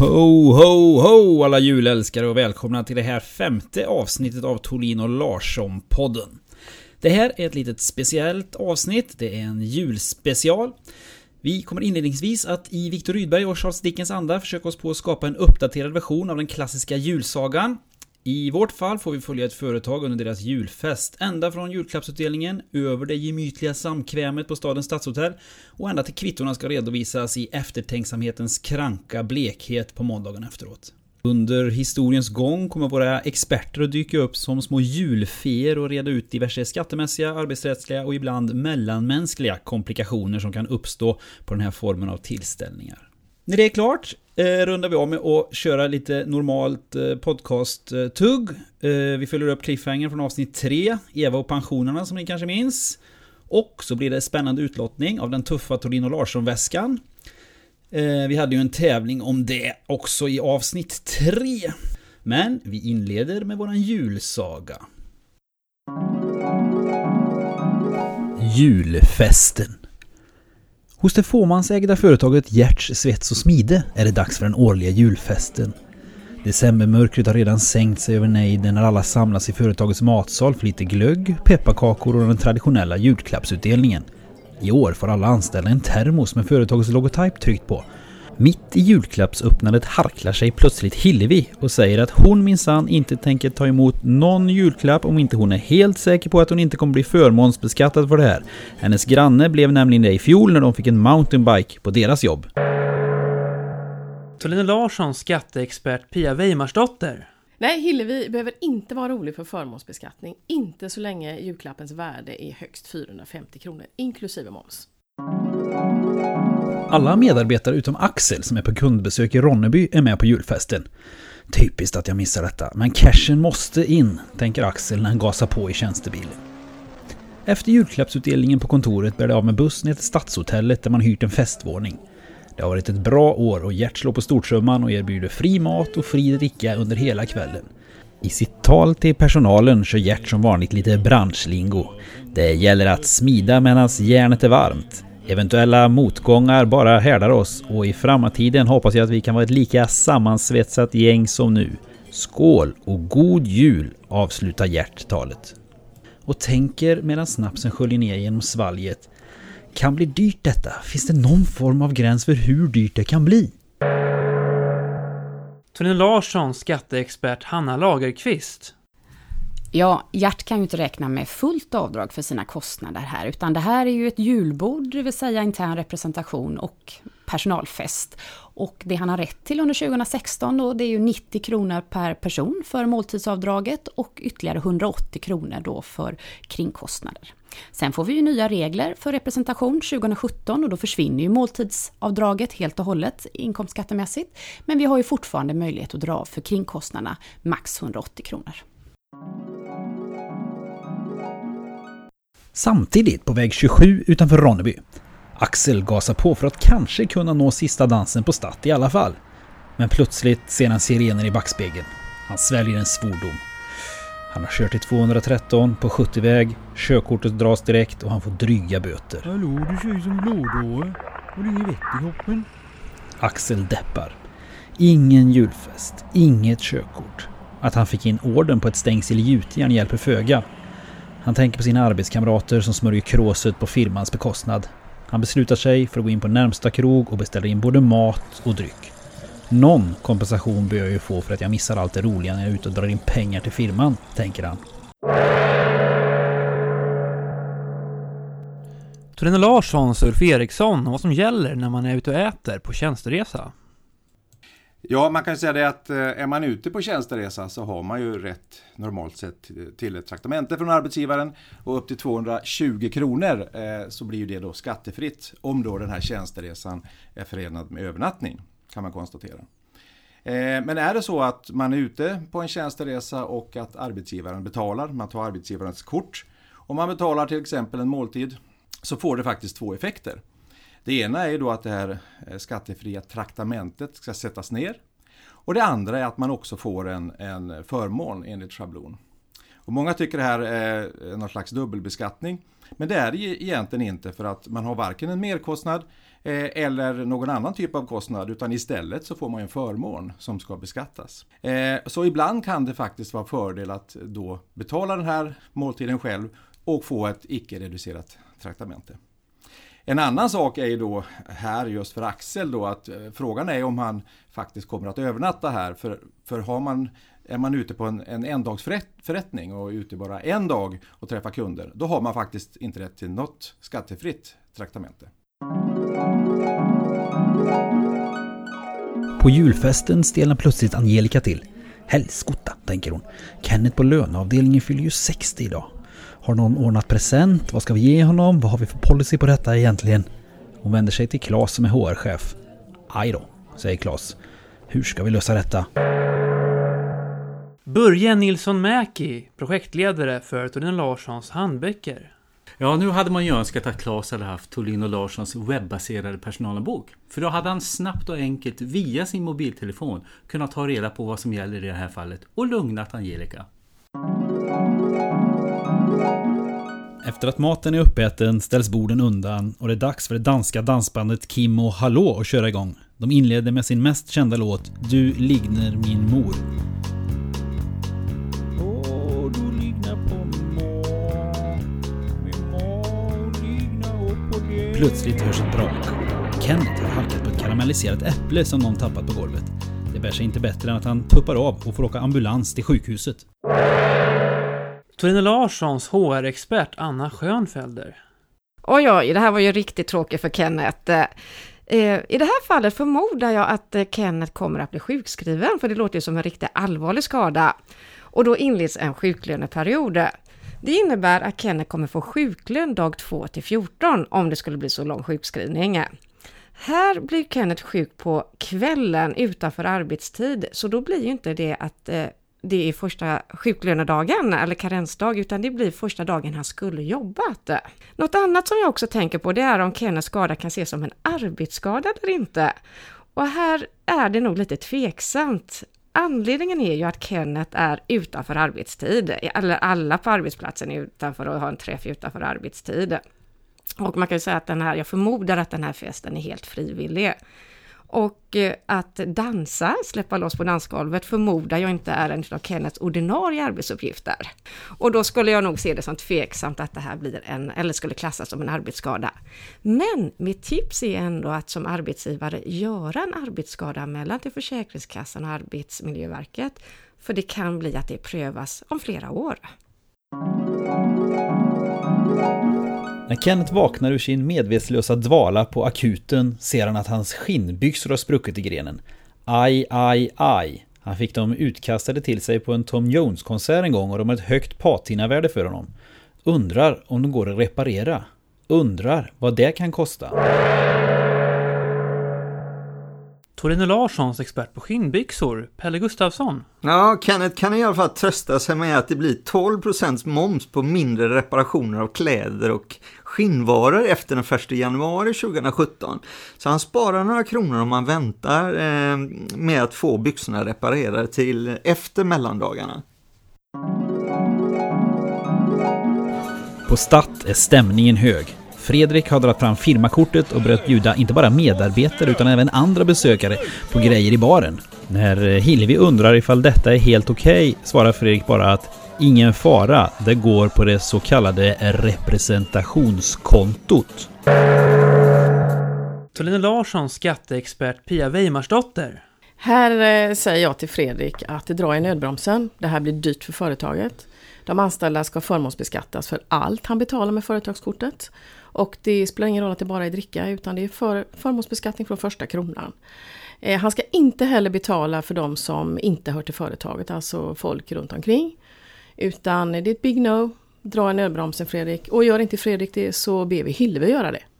Ho, ho, ho alla julälskare och välkomna till det här 5:e avsnittet av Thulin och Larsson-podden. Det här är ett litet speciellt avsnitt, det är en julspecial. Vi kommer inledningsvis att i Victor Rydberg och Charles Dickens anda försöka oss på att skapa en uppdaterad version av den klassiska julsagan. I vårt fall får vi följa ett företag under deras julfest, ända från julklappsutdelningen, över det gemytliga samkvämet på stadens stadshotell och ända till kvittorna ska redovisas i eftertänksamhetens kranka blekhet på måndagen efteråt. Under historiens gång kommer våra experter att dyka upp som små julfeer och reda ut diverse skattemässiga, arbetsrättsliga och ibland mellanmänskliga komplikationer som kan uppstå på den här formen av tillställningar. När det är klart rundar vi av med att köra lite normalt podcast-tugg. Vi följer upp cliffhanger från avsnitt 3, Eva och pensionerna som ni kanske minns. Och så blir det spännande utlottning av den tuffa Thulin och Larsson-väskan. Vi hade ju en tävling om det också i avsnitt 3. Men vi inleder med våran julsaga. Julfesten. Hos det fåmansägda företaget Gerts Svets och Smide är det dags för den årliga julfesten. Decembermörkret har redan sänkt sig över nejden när alla samlas i företagets matsal för lite glögg, pepparkakor och den traditionella julklappsutdelningen. I år får alla anställda en termos med företagets logotyp tryckt på. Mitt i julklappsöppnandet harklar sig plötsligt Hillevi och säger att hon minsann inte tänker ta emot någon julklapp om inte hon är helt säker på att hon inte kommer bli förmånsbeskattad för det här. Hennes granne blev nämligen det i fjol när de fick en mountainbike på deras jobb. Thulin Larssons skatteexpert Pia Weimarsdotter. Nej, Hillevi behöver inte vara rolig för förmånsbeskattning. Inte så länge julklappens värde är högst 450 kronor, inklusive moms. Alla medarbetare utom Axel som är på kundbesök i Ronneby är med på julfesten. Typiskt att jag missar detta, men cashen måste in, tänker Axel när han gasar på i tjänstebilen. Efter julklappsutdelningen på kontoret bär det av med buss ner till stadshotellet där man hyrt en festvåning. Det har varit ett bra år och Gert slår på stortrumman och erbjuder fri mat och fri dricka under hela kvällen. I sitt tal till personalen kör Gert som vanligt lite branschlingo. Det gäller att smida medan järnet är varmt. Eventuella motgångar bara härdar oss och i framtiden hoppas jag att vi kan vara ett lika sammansvetsat gäng som nu. Skål och god jul, avslutar Gert talet. Och tänker medan snapsen sköljer ner genom svalget. Kan bli dyrt detta? Finns det någon form av gräns för hur dyrt det kan bli? Thulin Larssons skatteexpert Hanna Lagerqvist. Ja, Gert kan ju inte räkna med fullt avdrag för sina kostnader här, utan det här är ju ett julbord, det vill säga intern representation och personalfest. Och det han har rätt till under 2016 då, det är ju 90 kronor per person för måltidsavdraget och ytterligare 180 kronor då för kringkostnader. Sen får vi ju nya regler för representation 2017 och då försvinner ju måltidsavdraget helt och hållet inkomstskattemässigt. Men vi har ju fortfarande möjlighet att dra av för kringkostnaderna max 180 kronor. Samtidigt på väg 27 utanför Ronneby. Axel gasar på för att kanske kunna nå sista dansen på Statt i alla fall. Men plötsligt ser han sirenen i backspegeln. Han sväljer en svordom. Han har kört i 213 på 70-väg, körkortet dras direkt och han får dryga böter. Hallå, du kör ju som blådåre. Och det är inget vett i hoppen. Axel deppar. Ingen julfest, inget körkort. Att han fick in orden på ett stängsel i gjutjärn hjälper föga. Han tänker på sina arbetskamrater som smörjer kråset på firmans bekostnad. Han beslutar sig för att gå in på närmsta krog och beställer in både mat och dryck. Någon kompensation bör jag ju få för att jag missar allt det roliga när jag är ute och drar in pengar till firman, tänker han. Thulin Larssons Ulf Eriksson och vad som gäller när man är ute och äter på tjänsteresa. Ja, man kan säga det att är man ute på tjänsteresa så har man ju rätt normalt sett till ett traktamente från arbetsgivaren och upp till 220 kronor så blir ju det då skattefritt om då den här tjänsteresan är förenad med övernattning, kan man konstatera. Men är det så att man är ute på en tjänsteresa och att arbetsgivaren betalar, man tar arbetsgivarens kort, om man betalar till exempel en måltid så får det faktiskt två effekter. Det ena är då att det här skattefria traktamentet ska sättas ner. Och det andra är att man också får en förmån enligt schablon. Och många tycker det här är någon slags dubbelbeskattning. Men det är det egentligen inte, för att man har varken en merkostnad eller någon annan typ av kostnad, utan istället så får man en förmån som ska beskattas. Så ibland kan det faktiskt vara fördel att då betala den här måltiden själv och få ett icke-reducerat traktamente. En annan sak är ju då här just för Axel då, att frågan är om han faktiskt kommer att övernatta här. För är man ute på en endagsförrättning och ute bara en dag och träffar kunder, då har man faktiskt inte rätt till något skattefritt traktamente. På julfesten stelnar plötsligt Angelica till. Helskotta, tänker hon. Kenneth på löneavdelningen fyller ju 60 idag. Har någon ordnat present? Vad ska vi ge honom? Vad har vi för policy på detta egentligen? Hon vänder sig till Claes som är HR-chef. Aj då, säger Claes. Hur ska vi lösa detta? Börje Nilsson Mäki, projektledare för Thulin & Larssons handböcker. Ja, nu hade man ju önskat att Claes hade haft Thulin & Larssons webbaserade personalbok. För då hade han snabbt och enkelt via sin mobiltelefon kunnat ta reda på vad som gäller i det här fallet och lugnat Angelica. Efter att maten är uppäten ställs borden undan och det är dags för det danska dansbandet Kim och Hallå att köra igång. De inleder med sin mest kända låt Du ligner min mor. Du lignar på Plötsligt hörs ett brak. Kenneth har halkat på ett karamelliserat äpple som någon tappat på golvet. Det bär sig inte bättre än att han tuppar av och får åka ambulans till sjukhuset. Thulin & Larssons HR-expert Anna Schönfelder. Oj, det här var ju riktigt tråkigt för Kenneth. I det här fallet förmodar jag att Kenneth kommer att bli sjukskriven, för det låter ju som en riktigt allvarlig skada. Och då inleds en sjuklöneperiod. Det innebär att Kenneth kommer få sjuklön dag 2 till 14 om det skulle bli så lång sjukskrivning. Här blir Kenneth sjuk på kvällen utanför arbetstid, så då blir ju inte det att det är första sjuklönedagen eller karensdag, utan det blir första dagen han skulle jobbat. Något annat som jag också tänker på, det är om Kenneths skada kan ses som en arbetsskada eller inte. Och här är det nog lite tveksamt. Anledningen är ju att Kenneth är utanför arbetstid, eller alla på arbetsplatsen är utanför och har en träff utanför arbetstid. Och man kan ju säga att jag förmodar att den här festen är helt frivillig. Och att dansa, släppa loss på dansgolvet, förmodar jag inte är en av Kenneths ordinarie arbetsuppgifter. Och då skulle jag nog se det som tveksamt att det här blir eller skulle klassas som en arbetsskada. Men mitt tips är ändå att som arbetsgivare göra en arbetsskadeanmälan till Försäkringskassan och Arbetsmiljöverket. För det kan bli att det prövas om flera år. När Kenneth vaknar ur sin medvetslösa dvala på akuten ser han att hans skinnbyxor har spruckit i grenen. Aj, aj, aj. Han fick dem utkastade till sig på en Tom Jones-konsert en gång och de har ett högt patinavärde för honom. Undrar om de går att reparera. Undrar vad det kan kosta. Thulin & Larssons expert på skinnbyxor, Pelle Gustafsson. Ja, Kenneth kan i alla fall trösta sig med att det blir 12% moms på mindre reparationer av kläder och skinnvaror efter den 1 januari 2017. Så han sparar några kronor om han väntar med att få byxorna reparerade till efter mellandagarna. På Stat är stämningen hög. Fredrik har dragit fram firmakortet och börjat bjuda inte bara medarbetare utan även andra besökare på grejer i baren. När Hillevi undrar ifall detta är helt okej, svarar Fredrik bara att ingen fara, det går på det så kallade representationskontot. Thulin & Larssons skatteexpert Pia Weimarsdotter. Här säger jag till Fredrik att det drar i nödbromsen. Det här blir dyrt för företaget. De anställda ska förmånsbeskattas för allt han betalar med företagskortet. Och det spelar ingen roll att det bara är dricka, utan det är förmånsbeskattning från första kronan. Han ska inte heller betala för de som inte hör till företaget, alltså folk runt omkring. Utan det är ett big no. Dra i nödbromsen, Fredrik. Och gör inte Fredrik det, så ber vi Hillevi göra det.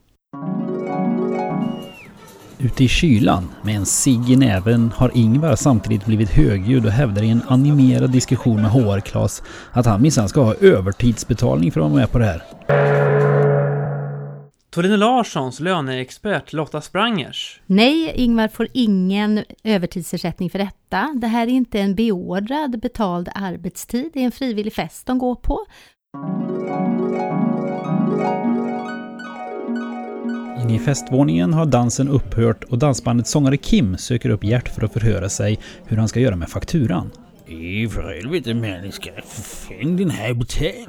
Ute i kylan med en cigg i näven har Ingvar samtidigt blivit högljudd och hävdar i en animerad diskussion med HR-Claes att han minsann ska ha övertidsbetalning för att vara med på det här. Torlin Larssons löneexpert Lotta Sprangers. Nej, Ingvar får ingen övertidsersättning för detta. Det här är inte en beordrad betald arbetstid. Det är en frivillig fest de går på. Inne i festvåningen har dansen upphört och dansbandets sångare Kim söker upp Gert för att förhöra sig hur han ska göra med fakturan. För helvete människa, fäng din här butelj.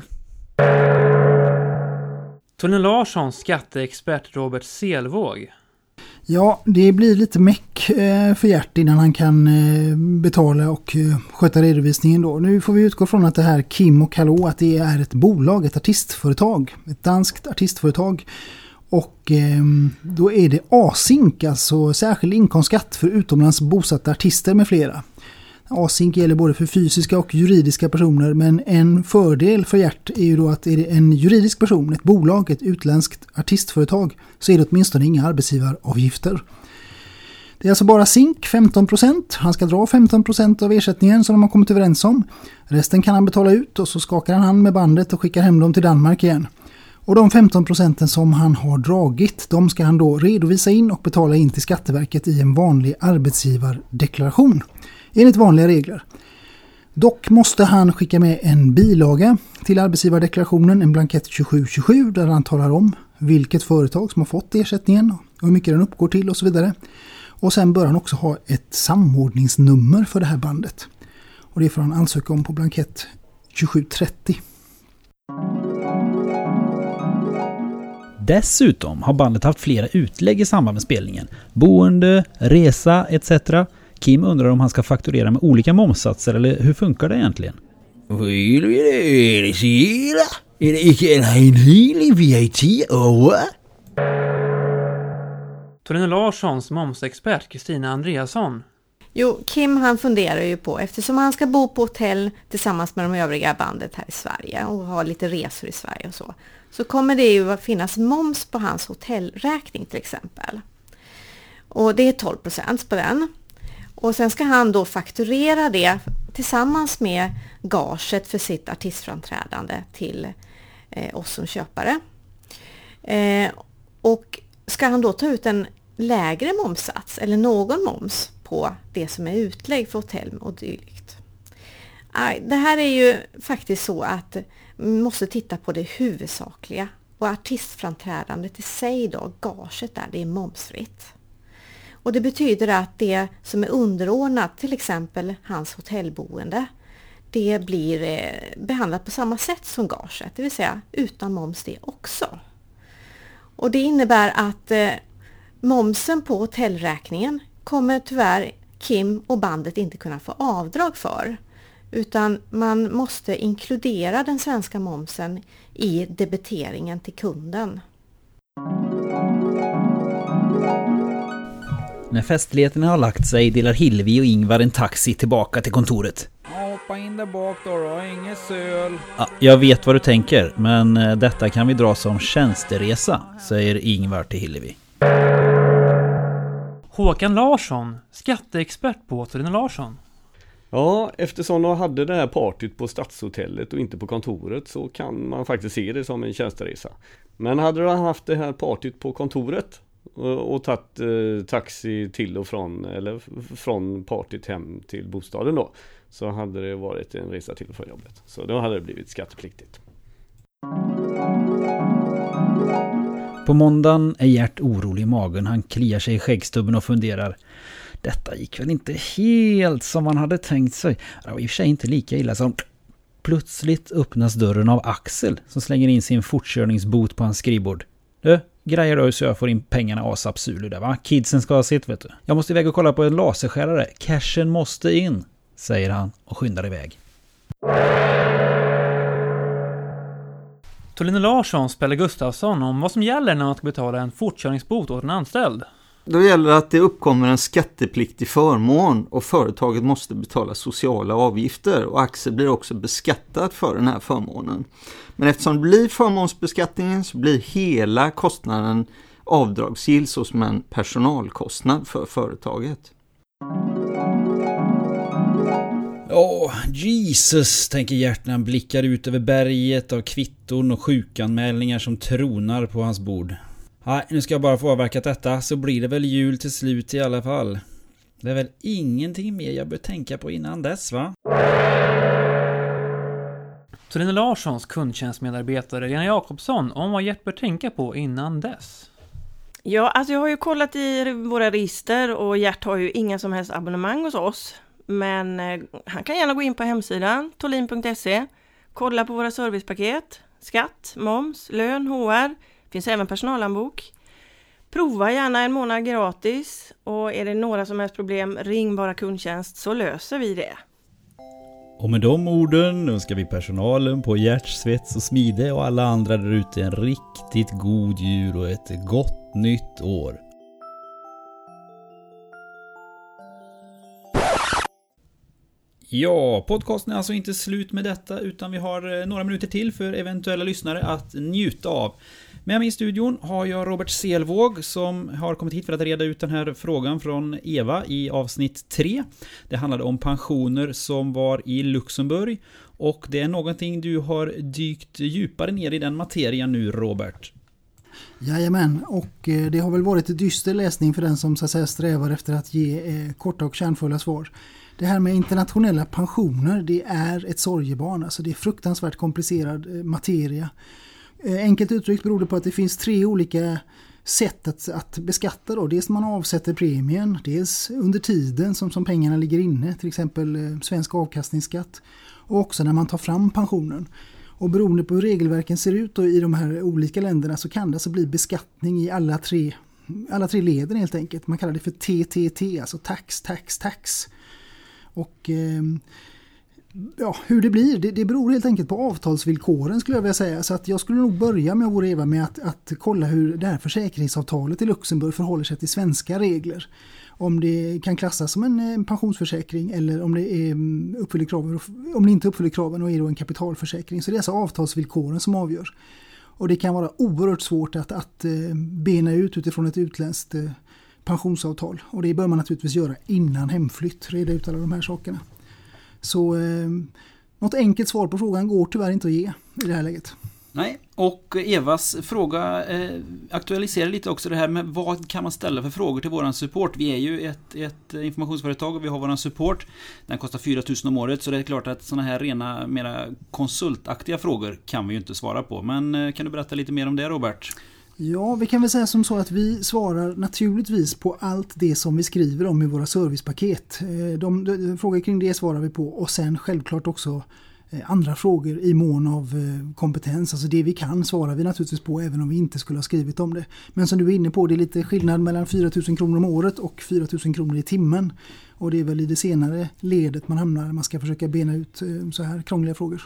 Torlin Larssons skatteexpert Robert Selvåg. Ja, det blir lite meck för Gert innan han kan betala och sköta redovisningen då. Nu får vi utgå från att det här Kim och Hallå, att det är ett bolag, ett artistföretag, ett danskt artistföretag. Och då är det ASINK, alltså särskild inkomstskatt för utomlands bosatta artister med flera. ASINK gäller både för fysiska och juridiska personer, men en fördel för Gert är ju då att är det en juridisk person, ett bolag, ett utländskt artistföretag, så är det åtminstone inga arbetsgivaravgifter. Det är alltså bara SINK 15%. Han ska dra 15% av ersättningen som de har kommit överens om. Resten kan han betala ut och så skakar han hand med bandet och skickar hem dem till Danmark igen. Och de 15% som han har dragit, de ska han då redovisa in och betala in till Skatteverket i en vanlig arbetsgivardeklaration. Enligt vanliga regler. Dock måste han skicka med en bilaga till arbetsgivardeklarationen, en blankett 2727, där han talar om vilket företag som har fått ersättningen och hur mycket den uppgår till och så vidare. Och sen bör han också ha ett samordningsnummer för det här bandet. Och det får han ansöka om på blankett 2730. Dessutom har bandet haft flera utlägg i samband med spelningen. Boende, resa etc. Kim undrar om han ska fakturera med olika momssatser eller hur funkar det egentligen? Är det inte en helig VAT? Torlin Larssons momsexpert Kristina Andreasson. Jo, Kim han funderar ju på, eftersom han ska bo på hotell tillsammans med de övriga bandet här i Sverige och ha lite resor i Sverige och så kommer det ju att finnas moms på hans hotellräkning till exempel. Och det är 12% på den. Och sen ska han då fakturera det tillsammans med gaget för sitt artistframträdande till oss som köpare. Och ska han då ta ut en lägre momssats eller någon moms på det som är utlägg för hotell och dylikt. Det här är ju faktiskt så att man måste titta på det huvudsakliga. Och artistframträdandet i sig då, gaget där, det är momsfritt. Och det betyder att det som är underordnat, till exempel hans hotellboende, det blir behandlat på samma sätt som gaget, det vill säga utan moms det också. Och det innebär att momsen på hotellräkningen kommer tyvärr Kim och bandet inte kunna få avdrag för. Utan man måste inkludera den svenska momsen i debiteringen till kunden. När festligheterna har lagt sig delar Hillevi och Ingvar en taxi tillbaka till kontoret. Hoppa in där bak då, inget söl. Ja, jag vet vad du tänker, men detta kan vi dra som tjänsteresa, säger Ingvar till Hillevi. Håkan Larsson, skatteexpert på Torlin Larsson. Ja, eftersom de hade det här partyt på Stadshotellet och inte på kontoret så kan man faktiskt se det som en tjänsteresa. Men hade de haft det här partyt på kontoret och tagit taxi till och från eller från partyt hem till bostaden då, så hade det varit en resa till och från jobbet. Så då hade det blivit skattepliktigt. På måndagen är Gert orolig i magen. Han kliar sig i skäggstubben och funderar. Detta gick väl inte helt som man hade tänkt sig. Det var i och för sig inte lika illa som... Plötsligt öppnas dörren av Axel som slänger in sin fortkörningsbot på hans skrivbord. Du, grejer då så jag får in pengarna ASAP Zulu där va? Kidsen ska ha sitt vet du. Jag måste iväg och kolla på en laserskärare. Cashen måste in, säger han och skyndar iväg. Torlin Larsson spelar Gustafsson om vad som gäller när man ska betala en fortkörningsbot åt en anställd. Då gäller det att det uppkommer en skattepliktig förmån och företaget måste betala sociala avgifter och Axel blir också beskattad för den här förmånen. Men eftersom det blir förmånsbeskattningen så blir hela kostnaden avdragsgill som en personalkostnad för företaget. Jesus, tänker Gert när han blickar ut över berget av kvitton och sjukanmälningar som tronar på hans bord. Nej, nu ska jag bara få avverkat detta så blir det väl jul till slut i alla fall. Det är väl ingenting mer jag bör tänka på innan dess, va? Thulin Larssons kundtjänstmedarbetare Lena Jakobsson om vad Gert bör tänka på innan dess. Ja, alltså jag har ju kollat i våra register och Gert har ju inga som helst abonnemang hos oss. Men han kan gärna gå in på hemsidan tolin.se, kolla på våra servicepaket, skatt, moms, lön, HR, finns även personalanbok. Prova gärna en månad gratis och är det några som helst problem, ring bara kundtjänst så löser vi det. Och med de orden önskar vi personalen på Gert, Svets och Smide och alla andra där ute en riktigt god jul och ett gott nytt år. Ja, podcasten är alltså inte slut med detta utan vi har några minuter till för eventuella lyssnare att njuta av. Med mig i studion har jag Robert Selvåg som har kommit hit för att reda ut den här frågan från Eva i avsnitt 3. Det handlade om pensioner som var i Luxemburg och det är någonting du har dykt djupare ner i den materien nu, Robert. Jajamän, och det har väl varit en dyster läsning för den som så att säga strävar efter att ge korta och kärnfulla svar. Det här med internationella pensioner, det är ett sorgebarn, alltså det är fruktansvärt komplicerad materia. Enkelt uttryckt beror det på att det finns 3 olika sätt att beskatta då. Dels när man avsätter premien, dels under tiden som pengarna ligger inne, till exempel svensk avkastningsskatt, och också när man tar fram pensionen. Och beroende på hur regelverken ser ut då i de här olika länderna så kan det alltså bli beskattning i alla tre leden helt enkelt. Man kallar det för TTT, alltså tax. Och ja, hur det blir, det beror helt enkelt på avtalsvillkoren skulle jag vilja säga. Så att jag skulle nog börja med vår Eva med att kolla hur det här försäkringsavtalet i Luxemburg förhåller sig till svenska regler. Om det kan klassas som en pensionsförsäkring eller om det är uppfyller kraven, om det inte uppfyller kraven och är då en kapitalförsäkring. Så det är alltså avtalsvillkoren som avgör. Och det kan vara oerhört svårt att bena ut utifrån ett utländskt pensionsavtal. Och det bör man naturligtvis göra innan hemflytt, reda ut alla de här sakerna. Så något enkelt svar på frågan går tyvärr inte att ge i det här läget. Nej, och Evas fråga aktualiserar lite också det här med vad kan man ställa för frågor till våran support. Vi är ju ett informationsföretag och vi har våran support. Den kostar 4 000 om året så det är klart att såna här rena, mera konsultaktiga frågor kan vi ju inte svara på. Men kan du berätta lite mer om det, Robert? Ja, vi kan väl säga som så att vi svarar naturligtvis på allt det som vi skriver om i våra servicepaket. De frågor kring det svarar vi på och sen självklart också andra frågor i mån av kompetens. Alltså det vi kan svarar vi naturligtvis på även om vi inte skulle ha skrivit om det. Men som du är inne på, det är lite skillnad mellan 4 000 kronor om året och 4 000 kronor i timmen. Och det är väl i det senare ledet man hamnar när man ska försöka bena ut så här krångliga frågor.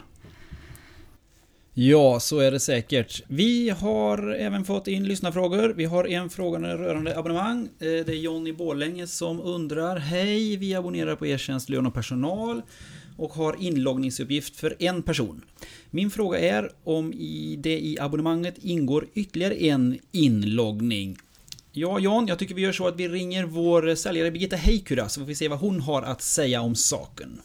Ja, så är det säkert. Vi har även fått in lyssnarfrågor. Vi har en fråga rörande abonnemang. Det är John i Borlänge som undrar: hej, vi abonnerar på E-tjänst, lön och personal och har inloggningsuppgift för en person. Min fråga är om det i abonnemanget ingår ytterligare en inloggning. Ja, John, jag tycker vi gör så att vi ringer vår säljare Birgitta Heikura så får vi se vad hon har att säga om saken.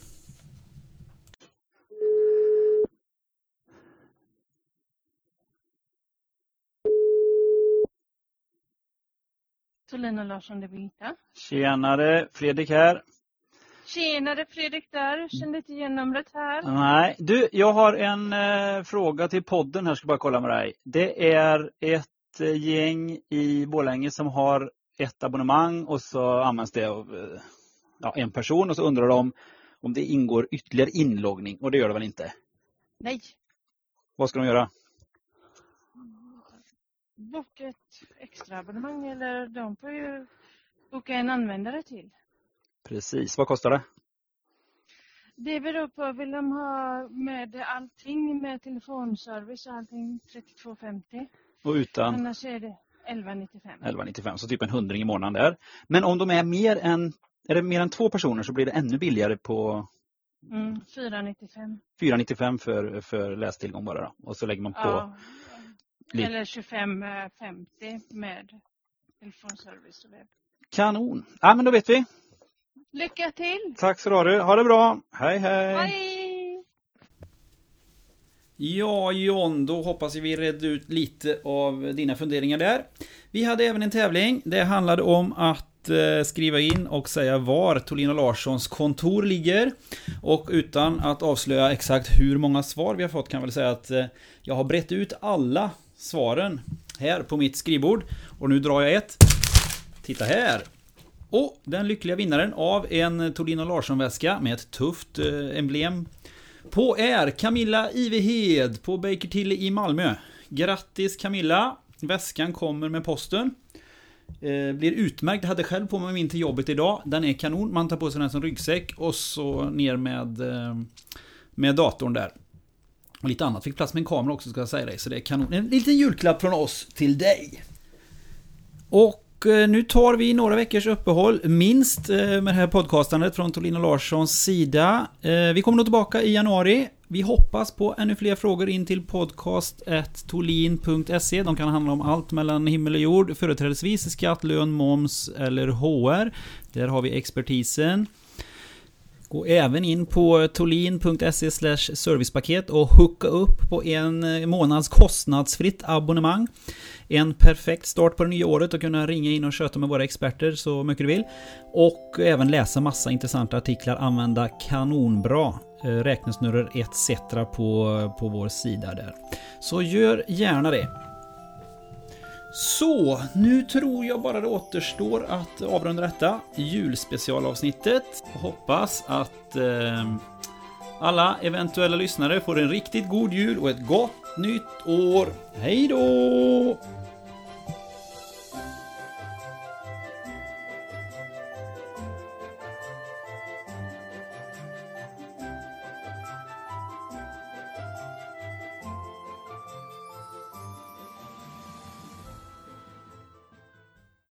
Thulin och Larsson, det är Birgitta. Tjenare, Fredrik här. Tjenare, Fredrik där. Kände inte igen numret här. Nej, du, jag har en fråga till podden här, ska bara kolla med dig. Det är ett gäng i Borlänge som har ett abonnemang och så används det av en person och så undrar de om det ingår ytterligare inloggning och det gör det väl inte? Nej. Vad ska de göra? Boka ett extra abonnemang eller de får ju boka en användare till. Precis, vad kostar det? Det beror på, vill de ha med allting, med telefonservice och allting, 32,50. Och utan? Annars är det 11,95. 11,95, så typ en 100 i månaden där. Men om de är mer än 2 personer så blir det ännu billigare på 4,95. 4,95 för lästillgång bara då. Och så lägger man på... Ja. Eller 25,50 med telefonservice och webb. Kanon. Ja, men då vet vi. Lycka till! Tack så du. Ha det bra. Hej, hej. Hej! Ja John, då hoppas vi redde ut lite av dina funderingar där. Vi hade även en tävling. Det handlade om att skriva in och säga var Thulin och Larssons kontor ligger. Och utan att avslöja exakt hur många svar vi har fått kan jag väl säga att jag har brett ut alla svaren här på mitt skrivbord. Och nu drar jag ett. Titta här. Och den lyckliga vinnaren av en Thulin och Larsson-väska med ett tufft emblem på är Camilla Ivehed på Baker Tilly i Malmö. Grattis Camilla. Väskan kommer med posten. Blir utmärkt. Jag hade själv på mig min till jobbet idag. Den är kanon. Man tar på sig den som ryggsäck och så ner med datorn där. Och lite annat. Fick plats med en kamera också ska jag säga dig. Så det är kanon. En liten julklapp från oss till dig. Och nu tar vi några veckors uppehåll minst med det här podcastandet från Thulin och Larssons sida. Vi kommer nog tillbaka i januari. Vi hoppas på ännu fler frågor in till podcast@tholin.se. De kan handla om allt mellan himmel och jord, företrädesvis skatt, lön, moms eller HR. Där har vi expertisen. Gå även in på tholin.se/servicepaket och hooka upp på en månads kostnadsfritt abonnemang. En perfekt start på det nya året att kunna ringa in och köta med våra experter så mycket du vill. Och även läsa massa intressanta artiklar, använda kanonbra räknesnurror etc. på vår sida där. Så gör gärna det. Så, nu tror jag bara det återstår att avrunda detta julspecialavsnittet. Hoppas att alla eventuella lyssnare får en riktigt god jul och ett gott nytt år. Hej då!